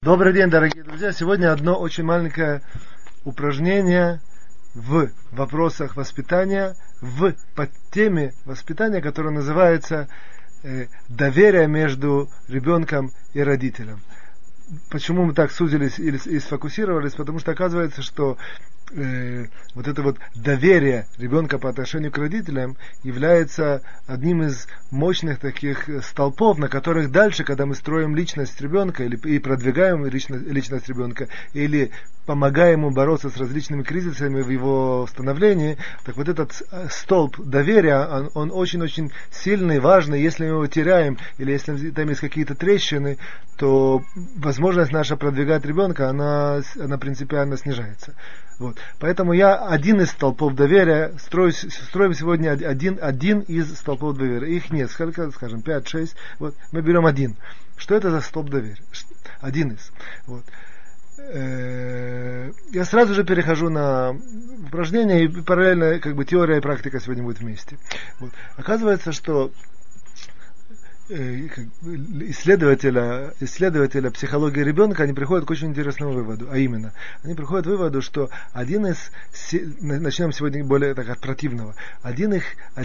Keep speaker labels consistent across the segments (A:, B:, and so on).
A: Добрый день, дорогие друзья. Сегодня одно очень маленькое упражнение в вопросах воспитания, в подтеме воспитания, которое называется доверие между ребенком и родителем. Почему мы так сузились и сфокусировались? Потому что оказывается, что вот это вот доверие ребенка по отношению к родителям является одним из мощных таких столпов, на которых дальше, когда мы строим личность ребенка и продвигаем личность ребенка, или помогаем ему бороться с различными кризисами в его становлении, так вот этот столб доверия, он очень-очень сильный, важный. Если мы его теряем, или если там есть какие-то трещины, то возможность наша продвигать ребенка, она принципиально снижается. Вот. Поэтому я один из столпов доверия, строим сегодня один из столпов доверия. Их несколько, скажем, 5-6. Вот. Мы берем один. Что это за столб доверия? Один из. Вот. Я сразу же перехожу на упражнения, и параллельно теория и практика сегодня будут вместе. Вот. Оказывается, что исследователя психологии ребенка, они приходят к очень интересному выводу, а именно, они приходят к выводу, что начнем сегодня более так от противного, одна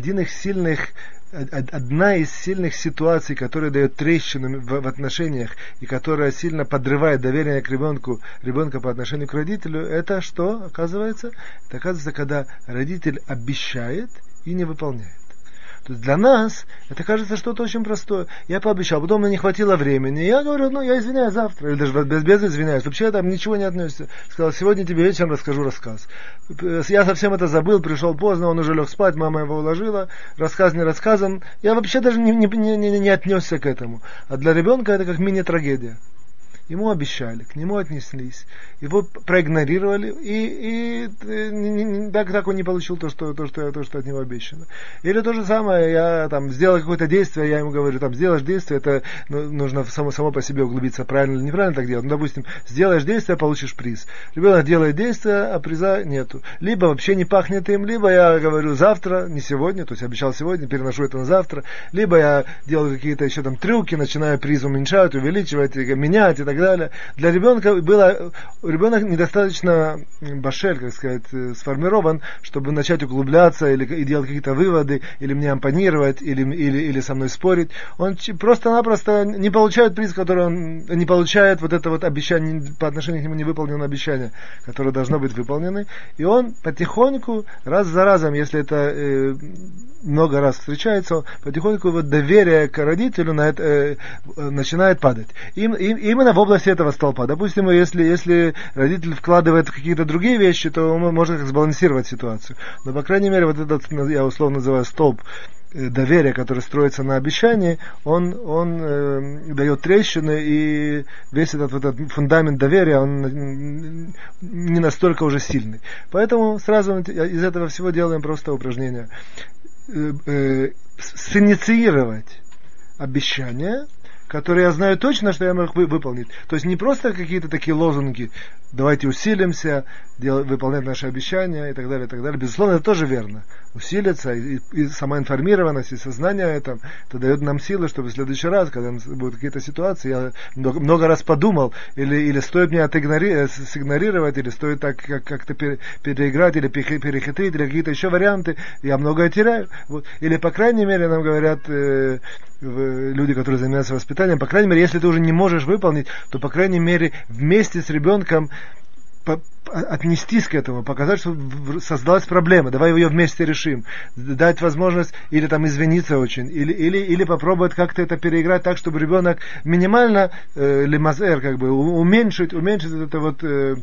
A: из сильных ситуаций, которая дает трещину в отношениях и которая сильно подрывает доверие к ребенка по отношению к родителю, это что оказывается? Это оказывается, когда родитель обещает и не выполняет. То есть для нас это кажется что-то очень простое. Я пообещал, потом мне не хватило времени. Я говорю, я извиняюсь завтра. Или даже без извиняюсь. Вообще там ничего не относится. Сказал, сегодня тебе вечером расскажу рассказ. Я совсем это забыл, пришел поздно, он уже лег спать, мама его уложила. Рассказ не рассказан. Я вообще даже не отнесся к этому. А для ребенка это как мини-трагедия. Ему обещали, к нему отнеслись, его проигнорировали, и так он не получил то, что от него обещано. Или то же самое, я сделал какое-то действие, я ему говорю, сделаешь действие, это нужно само по себе углубиться, правильно или неправильно так делать. Допустим, сделаешь действие, получишь приз. Ребенок делает действие, а приза нету. Либо вообще не пахнет им, либо я говорю завтра, не сегодня, то есть обещал сегодня, переношу это на завтра, либо я делаю какие-то еще трюки, начинаю приз уменьшать, увеличивать, менять и так далее. Для ребенка ребенок недостаточно башель, сформирован, чтобы начать углубляться и делать какие-то выводы, или мне импонировать, или со мной спорить. Он просто-напросто не получает приз, который он не получает, вот это вот обещание, по отношению к нему невыполненное обещание, которое должно быть выполнено. И он потихоньку, раз за разом, если это много раз встречается, потихоньку его доверие к родителю начинает падать. Именно в области этого столпа. Допустим, если родитель вкладывает в какие-то другие вещи, то можно сбалансировать ситуацию. Но, по крайней мере, вот этот, я условно называю, столб доверия, который строится на обещании, он дает трещины, и весь этот фундамент доверия, он не настолько уже сильный. Поэтому сразу из этого всего делаем просто упражнение. Синициировать обещания, которые я знаю точно, что я могу выполнить. То есть не просто какие-то такие лозунги, давайте усилимся, выполнять наши обещания и так далее, и так далее. Безусловно, это тоже верно. Усилиться, и сама информированность, и сознание это дает нам силы, чтобы в следующий раз, когда будут какие-то ситуации, я много раз подумал, или стоит мне сигнорировать, или стоит так как-то переиграть, или перехитрить, или какие-то еще варианты, я многое теряю. Вот. Или, по крайней мере, нам говорят люди, которые занимаются воспитанием, по крайней мере, если ты уже не можешь выполнить, то, по крайней мере, вместе с ребенком отнестись к этому, показать, что создалась проблема, давай ее вместе решим, дать возможность или извиниться очень, или попробовать как-то это переиграть так, чтобы ребенок минимально лимазер, уменьшить это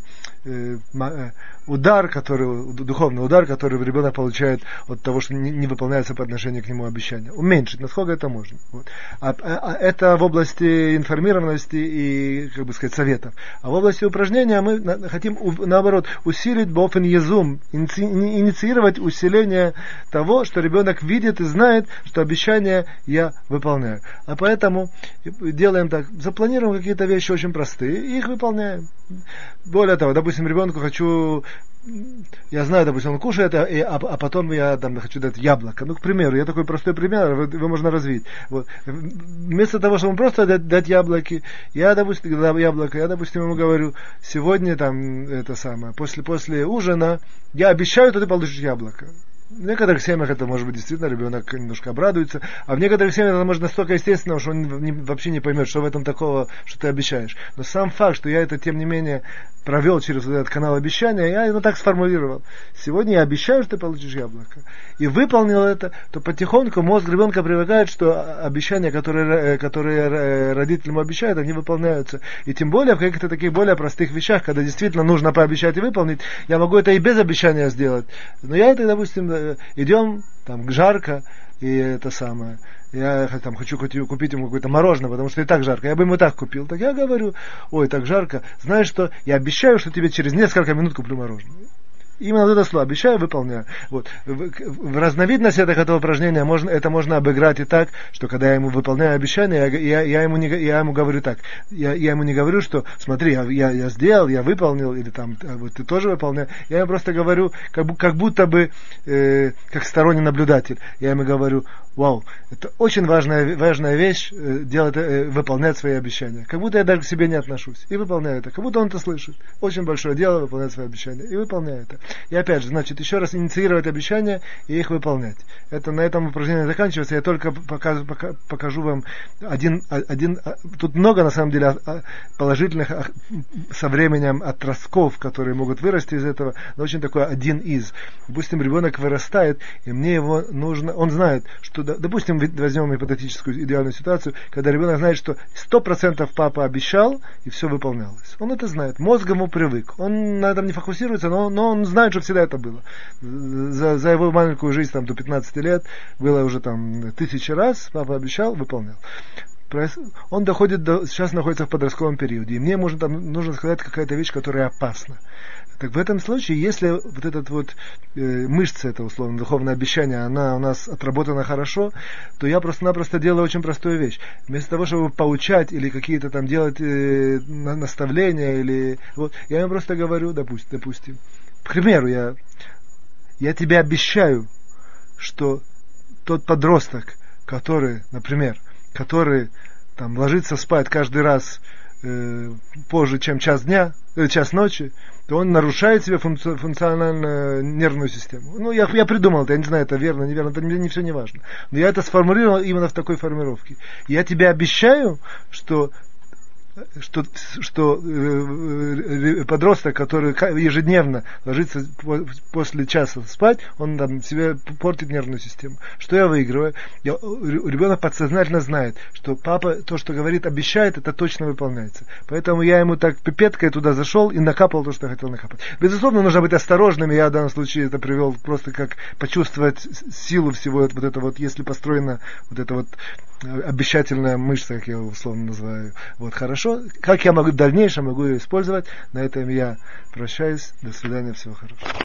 A: духовный удар, который ребенок получает от того, что не выполняется по отношению к нему обещания. Уменьшить, насколько это можно. Вот. Это в области информированности и, советов. А в области упражнения мы хотим, наоборот, усилить бофен езум, инициировать усиление того, что ребенок видит и знает, что обещания я выполняю. А поэтому делаем так, запланируем какие-то вещи очень простые и их выполняем. Более того, допустим, ребенку хочу я знаю, допустим, он кушает, а потом я там хочу дать яблоко. Ну, к примеру, я такой простой пример, его можно развить. Вот. Вместо того, чтобы ему просто дать яблоки, я, допустим, ему говорю, сегодня там это самое, после ужина, я обещаю, что ты получишь яблоко. В некоторых семьях это может быть действительно, ребенок немножко обрадуется, а в некоторых семьях это может настолько естественно, что он вообще не поймет, что в этом такого, что ты обещаешь. Но сам факт, что я это, тем не менее, провел через этот канал обещания, я его так сформулировал. Сегодня я обещаю, что ты получишь яблоко. И выполнил это, то потихоньку мозг ребенка привыкает, что обещания, которые родители ему обещают, они выполняются. И тем более в каких-то таких более простых вещах, когда действительно нужно пообещать и выполнить, я могу это и без обещания сделать. Но я это, допустим, идем, там жарко, и это самое. Я там хочу купить ему какое-то мороженое, потому что и так жарко. Я бы ему так купил. Так я говорю, ой, так жарко. Знаешь что, я обещаю, что тебе через несколько минут куплю мороженое. Именно вот это слово обещаю, выполняю. Вот. В разновидности этого упражнения это можно обыграть и так, что когда я ему выполняю обещание, я ему говорю так. Я ему не говорю, что смотри, я сделал, я выполнил, или там вот ты тоже выполнял. Я ему просто говорю, как будто бы как сторонний наблюдатель. Я ему говорю, вау, это очень важная вещь, выполнять свои обещания. Как будто я даже к себе не отношусь. И выполняю это. Как будто он это слышит. Очень большое дело выполнять свои обещания. И выполняю это. И опять же, значит, еще раз инициировать обещания и их выполнять. Это на этом упражнение заканчивается. Я только покажу вам один. Тут много, на самом деле, положительных со временем отростков, которые могут вырасти из этого. Но очень такой один из. Допустим, ребенок вырастает, и мне его нужно. Он знает, что, допустим, возьмем гипотетическую идеальную ситуацию, когда ребенок знает, что 100% папа обещал, и все выполнялось. Он это знает. Мозг ему привык. Он на этом не фокусируется, но он знает, что всегда это было. За его маленькую жизнь там, до 15 лет было уже там 1000 раз, папа обещал, выполнял. Он сейчас находится в подростковом периоде, и мне нужно сказать какая-то вещь, которая опасна. Так в этом случае, если вот этот вот мышца, это условно духовное обещание, она у нас отработана хорошо, то я просто-напросто делаю очень простую вещь. Вместо того, чтобы поучать или какие-то там делать наставления, или вот, я ему просто говорю, допустим, к примеру, я тебе обещаю, что тот подросток, который там ложится спать каждый раз позже, чем час ночи, то он нарушает себе функциональную нервную систему. Ну, я придумал это, я не знаю, это верно, неверно, это мне все не важно. Но я это сформулировал именно в такой формировке. Я тебе обещаю, что подросток, который ежедневно ложится после часа спать, он там себе портит нервную систему. Что я выигрываю? Ребенок подсознательно знает, что папа то, что говорит, обещает, это точно выполняется. Поэтому я ему так пипеткой туда зашел и накапал то, что я хотел накапать. Безусловно, нужно быть осторожным. Я в данном случае это привел просто как почувствовать силу всего вот это вот, если построена вот эта вот обещательная мышца, как я его условно называю. Вот, хорошо. Как я могу в дальнейшем могу ее использовать? На этом я прощаюсь. До свидания. Всего хорошего.